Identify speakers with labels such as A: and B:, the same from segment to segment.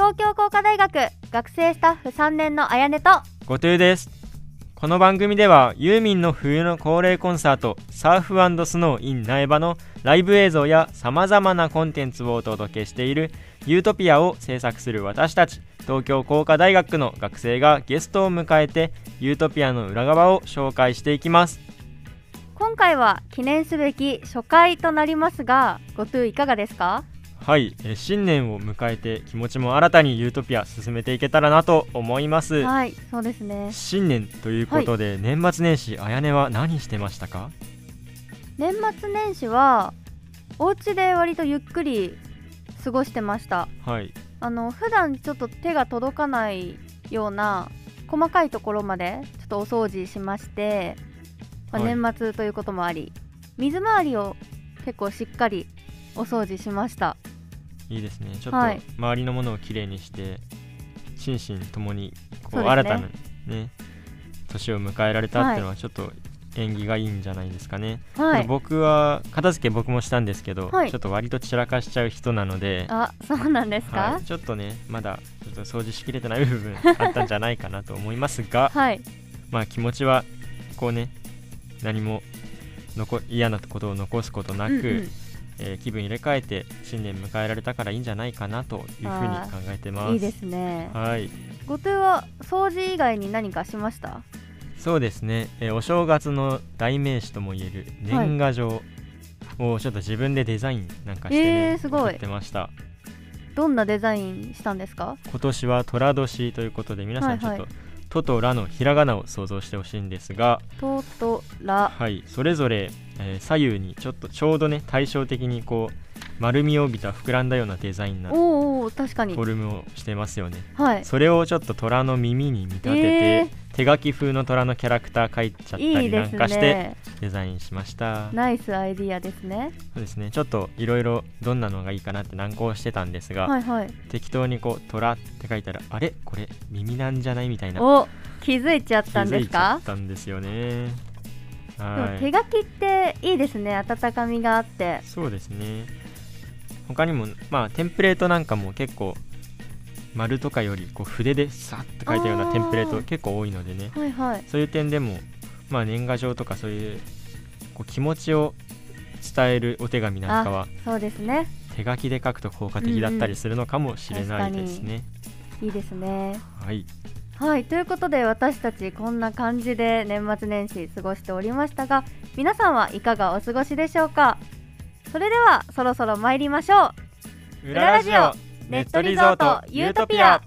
A: 東京工科大学学生スタッフ3年のあやねと
B: 後藤です。この番組ではユーミンの冬の恒例コンサートサーフ&スノー in 苗場のライブ映像やさまざまなコンテンツをお届けしているユートピアを制作する私たち東京工科大学の学生がゲストを迎えてユートピアの裏側を紹介していきます。
A: 今回は記念すべき初回となりますが、後藤いかがですか？
B: はい、新年を迎えて気持ちも新たにユートピア進めていけたらなと思います。
A: はい、そうですね。
B: 新年ということで、年末年始あやねは何してましたか？
A: 年末年始はお家で割とゆっくり過ごしてました。
B: はい、
A: 普段ちょっと手が届かないような細かいところまでちょっとお掃除しまして、年末ということもあり水回りを結構しっかりお掃除しました。
B: いいですね。ちょっと周りのものをきれいにして、心身ともにこう新たな、ね、年を迎えられたっていうのはちょっと縁起がいいんじゃないですかね。僕は片付け僕もしたんですけど、ちょっと割と散らかしちゃう人なので。
A: あ、そうなんですか？
B: ちょっとねまだちょっと掃除しきれてない部分あったんじゃないかなと思いますが、気持ちはこうね何も嫌なことを残すことなく、気分入れ替えて新年迎えられたからいいんじゃないかなというふうに考えてます。
A: いいですね。
B: はい。
A: 後藤は掃除以外に何かしました？
B: そうですね、お正月の代名詞ともいえる年賀状をちょっと自分でデザインなんかしてね、
A: すごい
B: 作ってました。
A: どんなデザインしたんですか？
B: 今年は寅年ということで皆さんちょっと、トとラのひらがなを想像してほしいんですが、
A: トとラ、
B: それぞれ、左右にちょうどね対照的にこう丸みを帯びた膨らんだようなデザインな
A: 確かに
B: フォルムをしてますよね。それをちょっと虎の耳に見立てて、手書き風の虎のキャラクター描いちゃったりなんかしてデザインしました。
A: ナイスアイディアですね。
B: そうですね。ちょっといろいろどんなのがいいかなって難航してたんですが、適当にこう虎って書いたらあれこれ耳なんじゃないみたいな
A: 気づいちゃったんですか？
B: 気づいちゃったんですよね。
A: でも手書きっていいですね。温かみがあって。そうです
B: ね。他にもテンプレートなんかも結構丸とかよりこう筆でさっと書いたようなテンプレート結構多いのでね、そういう点でも年賀状とかそういうこう気持ちを伝えるお手紙なんかは
A: そうですね、
B: 手書きで書くと効果的だったりするのかもしれないですね。
A: いいですね。
B: はい、
A: ということで私たちこんな感じで年末年始過ごしておりましたが、皆さんはいかがお過ごしでしょうか？それではそろそろ参りましょう。
B: 裏ラジオネットリゾートユートピア。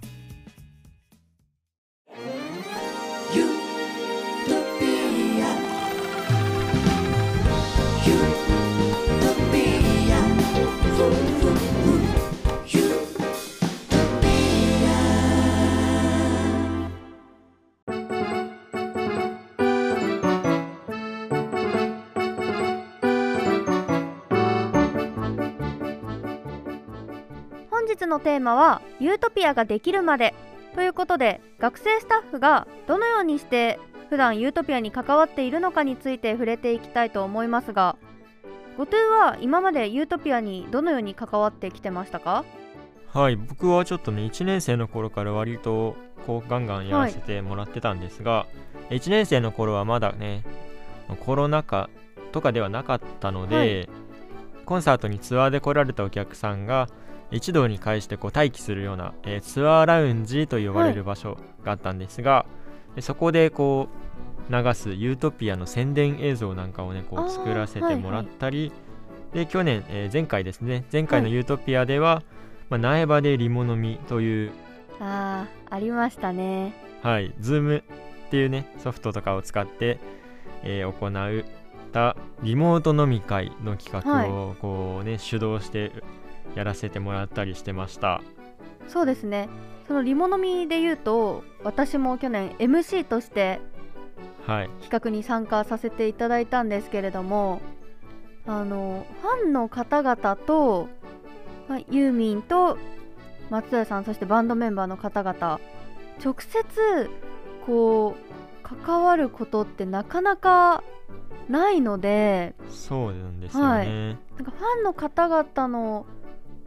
A: 本日のテーマはユートピアができるまでということで、学生スタッフがどのようにして普段ユートピアに関わっているのかについて触れていきたいと思いますが、後藤は今までユートピアにどのように関わってきてましたか？
B: 僕はちょっとね1年生の頃から割とこうガンガンやらせてもらってたんですが、1年生の頃はまだねコロナ禍とかではなかったので、コンサートにツアーで来られたお客さんが一堂に会してこう待機するような、ツアーラウンジと呼ばれる場所があったんですが、そこでこう流すユートピアの宣伝映像なんかをねこう作らせてもらったり、で去年、前回ですね、前回のユートピアでは、苗場でリモ飲みという
A: ありましたね。
B: ズームっていうねソフトとかを使って、行ったリモート飲み会の企画をこうね主導してやらせてもらったりしてました。
A: そうですね。そのリモ飲みで言うと私も去年 MC として企画に参加させていただいたんですけれども、ファンの方々と、ユーミンと松任谷さん、そしてバンドメンバーの方々直接こう関わることってなかなかないので。
B: そうなんですよね。
A: なんかファンの方々の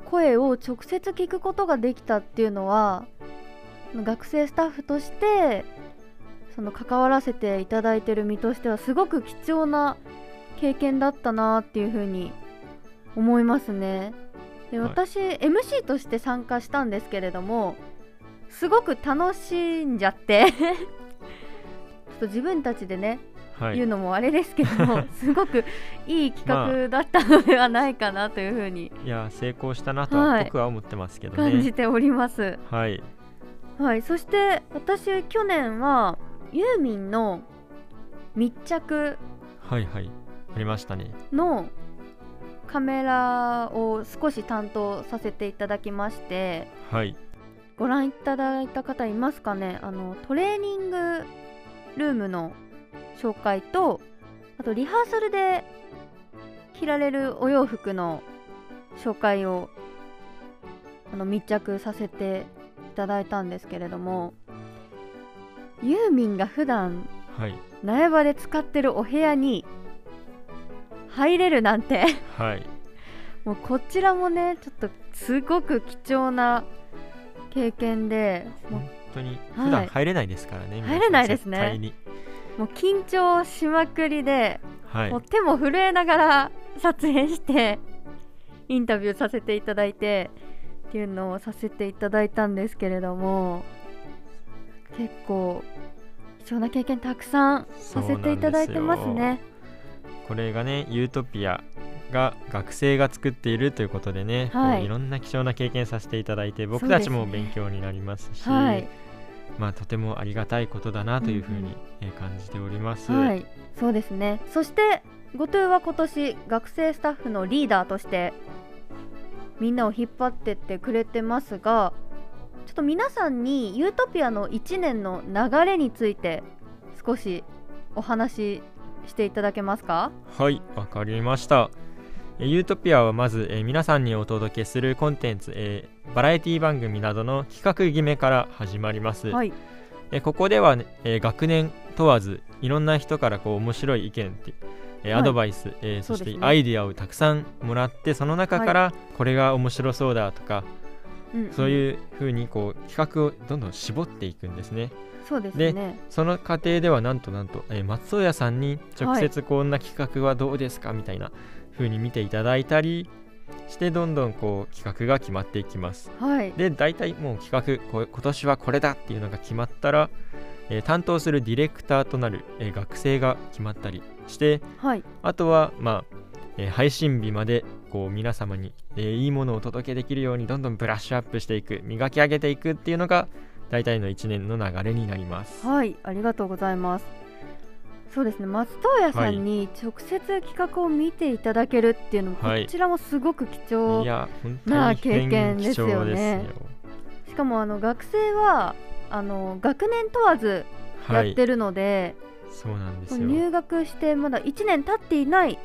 A: 声を直接聞くことができたっていうのは、学生スタッフとしてその関わらせていただいてる身としてはすごく貴重な経験だったなっていうふうに思いますね。で、私、MC として参加したんですけれども、すごく楽しんじゃってちょっと自分たちでね、言うのもあれですけどもすごくいい企画だったのではないかなというふうに、
B: いや成功したなとは僕は思ってますけどね、
A: 感じております。
B: はい、
A: はい、そして私去年はユーミンの密着
B: ありましたね
A: のカメラを少し担当させていただきまして、ご覧いただいた方いますかね。トレーニングルームの紹介と、あとリハーサルで着られるお洋服の紹介を密着させていただいたんですけれども、ユーミンが普段苗場で使ってるお部屋に入れるなんてもうこちらもね、ちょっとすごく貴重な経験で、
B: 本当に普段入れないですからね、
A: 入れないですね。もう緊張しまくりで、もう手も震えながら撮影してインタビューさせていただいてっていうのをさせていただいたんですけれども、結構貴重な経験たくさんさせていただいてますね。
B: これがね、ユートピアが学生が作っているということでね、いろんな貴重な経験させていただいて、僕たちも勉強になりますし、とてもありがたいことだなというふうに感じております。
A: そうですね。そしてGoToは今年学生スタッフのリーダーとしてみんなを引っ張ってってくれてますが、ちょっと皆さんにユートピアの1年の流れについて少しお話ししていただけますか？
B: はい、わかりました。ユートピアはまず、皆さんにお届けするコンテンツ、バラエティ番組などの企画決めから始まります。ここでは、学年問わずいろんな人から面白い意見って、アドバイス、そしてアイディアをたくさんもらって、その中からこれが面白そうだとか、そういう風に企画をどんどん絞っていくんですね。
A: そうですね。
B: でその過程ではなんと、松尾屋さんに直接こんな企画はどうですかみたいな風に見ていただいたりして、どんどん企画が決まっていきます。で大体もう企画今年はこれだっていうのが決まったら、担当するディレクターとなる、学生が決まったりして、あとは配信日まで皆様に、いいものをお届けできるようにどんどんブラッシュアップしていく、磨き上げていくっていうのが大体の1年の流れになります。
A: ありがとうございます。そうですね、松任谷さんに直接企画を見ていただけるっていうのも、こちらもすごく貴重な経験ですよね。しかも学生は学年問わずやってるので、
B: そうなんですよ。
A: 入学してまだ1年経っていない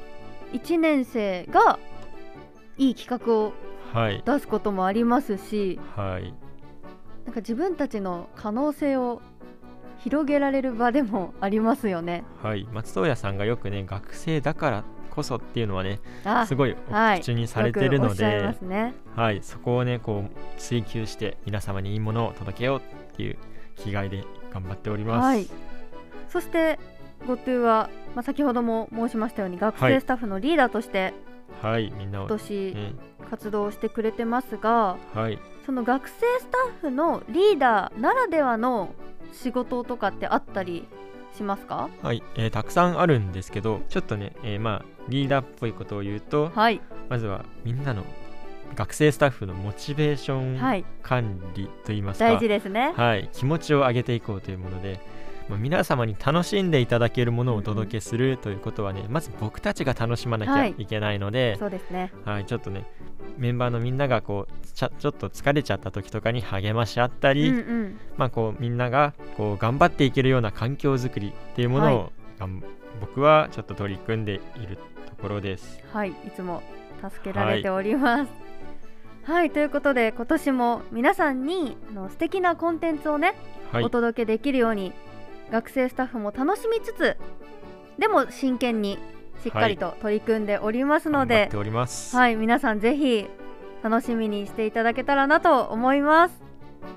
A: 1年生がいい企画を出すこともありますし、なんか自分たちの可能性を広げられる場でもありますよね。
B: 松任谷さんがよくね、学生だからこそっていうのはね、すごいお口にされてるので、そこをね追求して皆様にいいものを届けようっていう気概で頑張っております。
A: そしてGoToは、先ほども申しましたように学生スタッフのリーダーとして、みんな今年活動してくれてますが、その学生スタッフのリーダーならではの仕事とかってあったりしますか？
B: たくさんあるんですけど、ちょっとね、リーダーっぽいことを言うと、まずはみんなの学生スタッフのモチベーション管理といいますか、
A: 大事ですね。
B: 気持ちを上げていこうというもので、皆様に楽しんでいただけるものをお届けするということはね、まず僕たちが楽しまなきゃいけないので、
A: そうですね。
B: ちょっとね、メンバーのみんながちょっと疲れちゃった時とかに励まし合ったり、みんなが頑張っていけるような環境づくりっていうものを、僕はちょっと取り組んでいるところです。
A: いつも助けられております。ということで今年も皆さんに素敵なコンテンツをね、お届けできるように、学生スタッフも楽しみつつでも真剣にしっかりと取り組んでおりますので、
B: 頑張っております。
A: 皆さんぜひ楽しみにしていただけたらなと思います。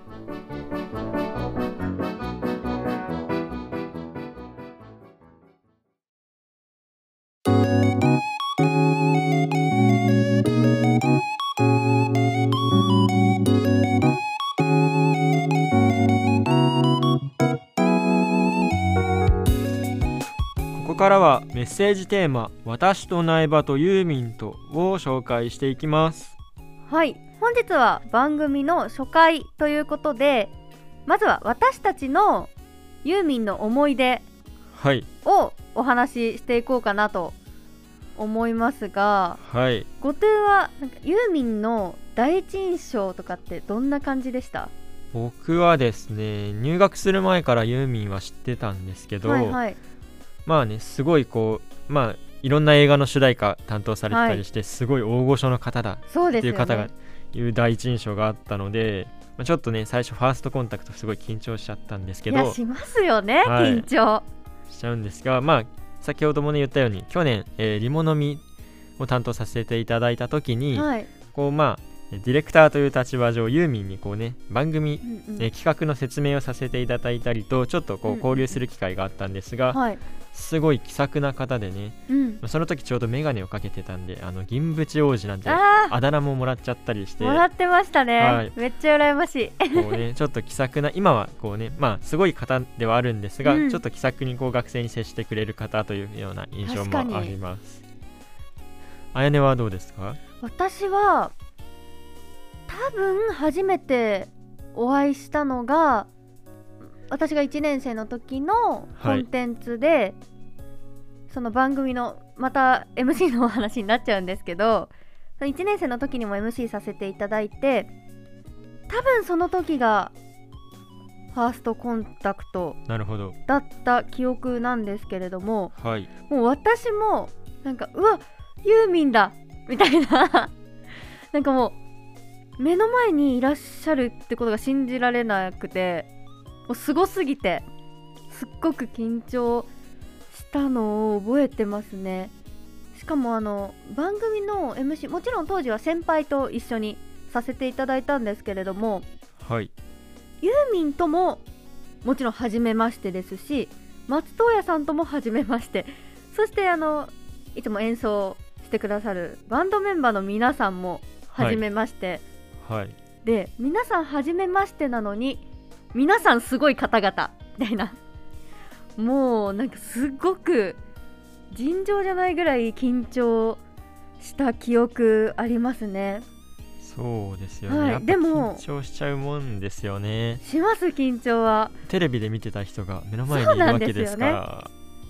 B: ここからはメッセージテーマ私と苗場とユーミンとを紹介していきます。
A: はい、本日は番組の初回ということで、まずは私たちのユーミンの思い出をお話ししていこうかなと思いますが、
B: はい、
A: 後藤はなんかユーミンの第一印象とかってどんな感じでした？
B: 僕はですね、入学する前からユーミンは知ってたんですけど、まあね、すごいこう、いろんな映画の主題歌担当されてたりして、すごい大御所の方だっていう方がいう第一印象があったので、ちょっとね最初ファーストコンタクトすごい緊張しちゃったんですけど、
A: いやしますよね、緊張
B: しちゃうんですが、先ほどもね言ったように去年、リモノミを担当させていただいた時に、こうディレクターという立場上ユーミンにこうね番組、企画の説明をさせていただいたりとちょっとこう交流する機会があったんですが、すごい気さくな方でね、その時ちょうどメガネをかけてたんで銀縁王子なんてあだ名ももらっちゃったりして
A: もらってましたね、めっちゃ羨ましい
B: こう、ね、ちょっと気さくな、今はこうねすごい方ではあるんですが、ちょっと気さくにこう学生に接してくれる方というような印象もあります。あやねはどうですか？
A: 私は多分初めてお会いしたのが私が1年生の時のコンテンツで、その番組のまた MC のお話になっちゃうんですけど、1年生の時にも MC させていただいて、多分その時がファーストコンタクトだった記憶なんですけれども、もう私もなんかうわユーミンだみたいななんかもう目の前にいらっしゃるってことが信じられなくて、もうすごすぎてすっごく緊張したのを覚えてますね。しかも番組の MC、 もちろん当時は先輩と一緒にさせていただいたんですけれども、ユーミンとももちろん初めましてですし、松任谷さんとも初めまして、そしていつも演奏してくださるバンドメンバーの皆さんも初めまして、で皆さん初めましてなのに皆さんすごい方々みたいな、もうなんかすごく尋常じゃないぐらい緊張した記憶ありますね。
B: そうですよね、やっぱ緊張しちゃうもんですよね。
A: します、緊張は。
B: テレビで見てた人が目の前にいるわけですから。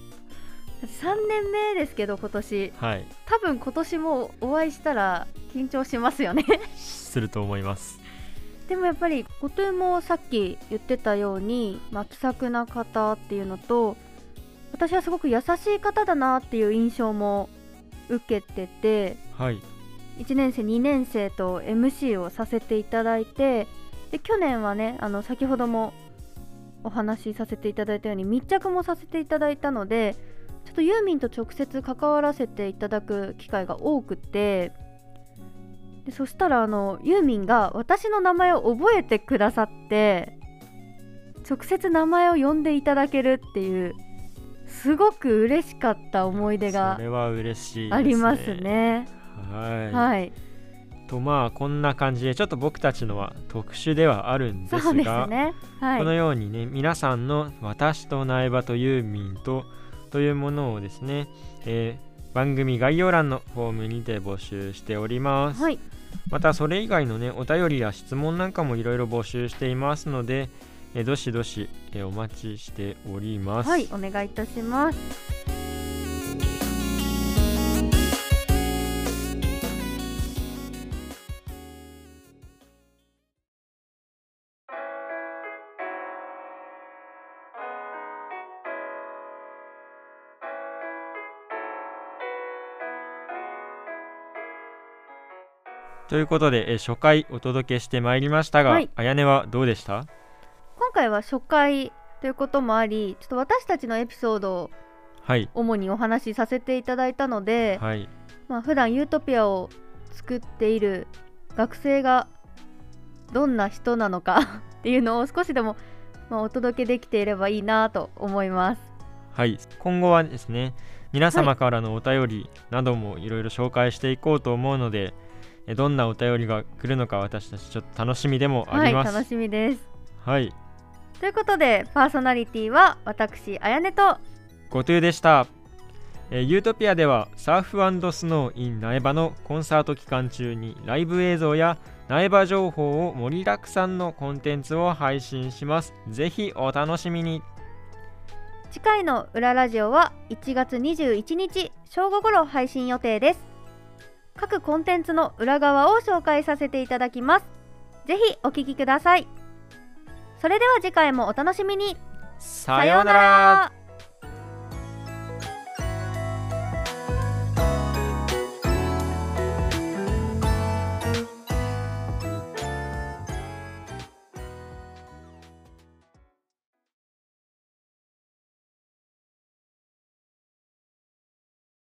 A: 3年目ですけど今年、多分今年もお会いしたら緊張しますよね
B: すると思います。
A: でもやっぱり後藤もさっき言ってたように、気さくな方っていうのと、私はすごく優しい方だなっていう印象も受けてて、1年生2年生と MC をさせていただいて、で去年はね先ほどもお話しさせていただいたように密着もさせていただいたので、ちょっとユーミンと直接関わらせていただく機会が多くて、でそしたらユーミンが私の名前を覚えてくださって、直接名前を呼んでいただけるっていうすごく嬉しかった思い出がありますね。
B: とこんな感じでちょっと僕たちのは特殊ではあるんですが、このようにね皆さんの私と苗場とユーミンというものをですね、番組概要欄のフォームにて募集しております。またそれ以外のねお便りや質問なんかもいろいろ募集していますので、どしどし、お待ちしております。
A: お願いいたします。
B: ということで、初回お届けしてまいりましたが、あやねはどうでした？
A: 今回は初回ということもあり、ちょっと私たちのエピソードを主にお話しさせていただいたので、普段ユートピアを作っている学生がどんな人なのかっていうのを少しでも、お届けできていればいいなと思います。
B: はい、今後はですね、皆様からのお便りなどもいろいろ紹介していこうと思うので、どんなお便りが来るのか私たちちょっと楽しみでもあります。
A: はい、楽しみです。
B: はい。
A: ということでパーソナリティは私あやねと
B: ごとゅうでした。ユートピアではサーフ&スノー in 苗場のコンサート期間中にライブ映像や苗場情報を盛りだくさんのコンテンツを配信します。ぜひお楽しみに。
A: 次回の裏ラジオは1月21日正午ごろ配信予定です。各コンテンツの裏側を紹介させていただきます。ぜひお聞きください。それでは次回もお楽しみに。
B: さようなら。